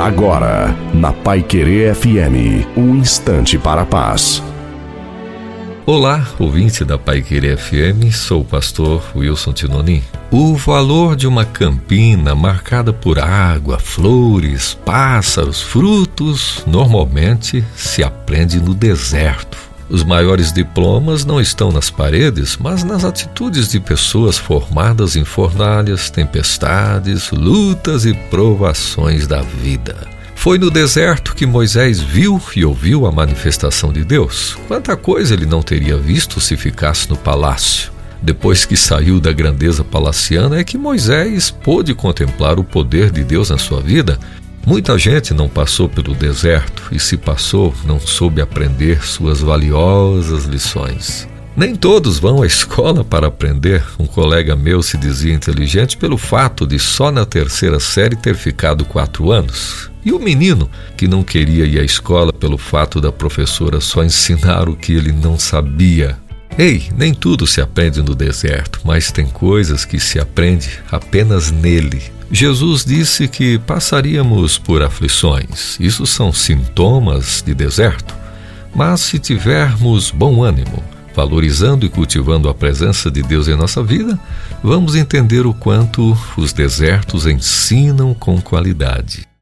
Agora, na Paiquerê FM, um instante para a paz. Olá, ouvinte da Paiquerê FM, sou o pastor Wilson Tinonim. O valor de uma campina marcada por água, flores, pássaros, frutos, normalmente se aprende no deserto. Os maiores diplomas não estão nas paredes, mas nas atitudes de pessoas formadas em fornalhas, tempestades, lutas e provações da vida. Foi no deserto que Moisés viu e ouviu a manifestação de Deus. Quanta coisa ele não teria visto se ficasse no palácio. Depois que saiu da grandeza palaciana é que Moisés pôde contemplar o poder de Deus na sua vida. Muita gente não passou pelo deserto e, se passou, não soube aprender suas valiosas lições. Nem todos vão à escola para aprender. Um colega meu se dizia inteligente pelo fato de só na terceira série ter ficado 4 anos. E o menino que não queria ir à escola pelo fato da professora só ensinar o que ele não sabia. Ei, nem tudo se aprende no deserto, mas tem coisas que se aprende apenas nele. Jesus disse que passaríamos por aflições. Isso são sintomas de deserto. Mas se tivermos bom ânimo, valorizando e cultivando a presença de Deus em nossa vida, vamos entender o quanto os desertos ensinam com qualidade.